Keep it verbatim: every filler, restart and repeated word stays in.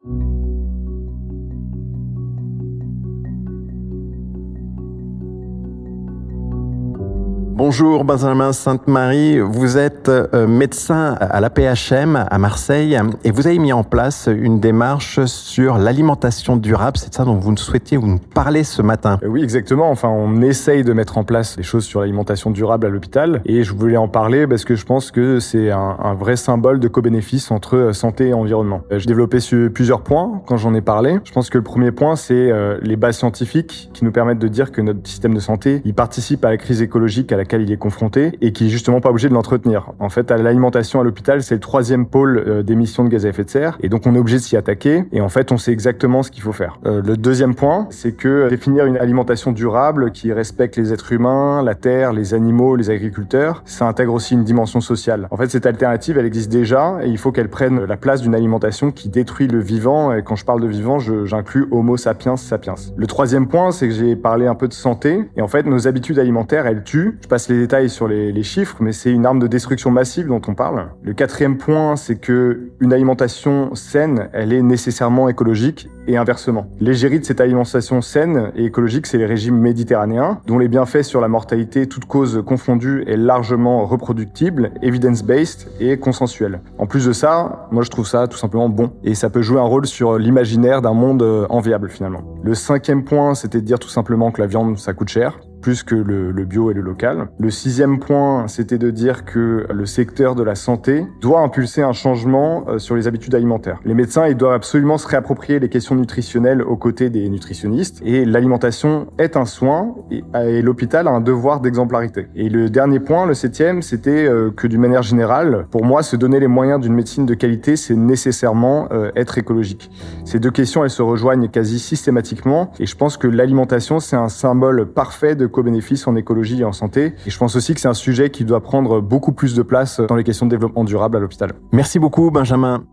Bonjour Benjamin Sainte-Marie, vous êtes euh, médecin à l'A P H M à Marseille et vous avez mis en place une démarche sur l'alimentation durable. C'est ça dont vous nous souhaitiez vous nous parler ce matin. Oui, exactement. Enfin, on essaye de mettre en place des choses sur l'alimentation durable à l'hôpital et je voulais en parler parce que je pense que c'est un, un vrai symbole de co-bénéfice entre santé et environnement. J'ai développé sur plusieurs points quand j'en ai parlé. Je pense que le premier point, c'est euh, les bases scientifiques qui nous permettent de dire que notre système de santé, il participe à la crise écologique à laquelle il est confronté et qui est justement pas obligé de l'entretenir. En fait, l'alimentation à l'hôpital, c'est le troisième pôle euh, d'émissions de gaz à effet de serre et donc on est obligé de s'y attaquer et en fait, on sait exactement ce qu'il faut faire. Euh, le deuxième point, c'est que définir une alimentation durable qui respecte les êtres humains, la terre, les animaux, les agriculteurs, ça intègre aussi une dimension sociale. En fait, cette alternative, elle existe déjà et il faut qu'elle prenne la place d'une alimentation qui détruit le vivant et quand je parle de vivant, je, j'inclus Homo sapiens sapiens. Le troisième point, c'est que j'ai parlé un peu de santé et en fait, nos habitudes alimentaires, elles tuent. Je passe les détails sur les, les chiffres, mais c'est une arme de destruction massive dont on parle. Le quatrième point, c'est que une alimentation saine, elle est nécessairement écologique et inversement. L'égérie de cette alimentation saine et écologique, c'est les régimes méditerranéens, dont les bienfaits sur la mortalité, toutes causes confondues, est largement reproductible, evidence-based et consensuel. En plus de ça, moi je trouve ça tout simplement bon, et ça peut jouer un rôle sur l'imaginaire d'un monde enviable finalement. Le cinquième point, c'était de dire tout simplement que la viande, ça coûte cher, plus que le, le bio et le local. Le sixième point, c'était de dire que le secteur de la santé doit impulser un changement euh, sur les habitudes alimentaires. Les médecins, ils doivent absolument se réapproprier les questions nutritionnelles aux côtés des nutritionnistes et l'alimentation est un soin et, et l'hôpital a un devoir d'exemplarité. Et le dernier point, le septième, c'était euh, que d'une manière générale, pour moi, se donner les moyens d'une médecine de qualité, c'est nécessairement euh, être écologique. Ces deux questions, elles se rejoignent quasi systématiquement et je pense que l'alimentation, c'est un symbole parfait de co-bénéfices en écologie et en santé. Et je pense aussi que c'est un sujet qui doit prendre beaucoup plus de place dans les questions de développement durable à l'hôpital. Merci beaucoup Benjamin.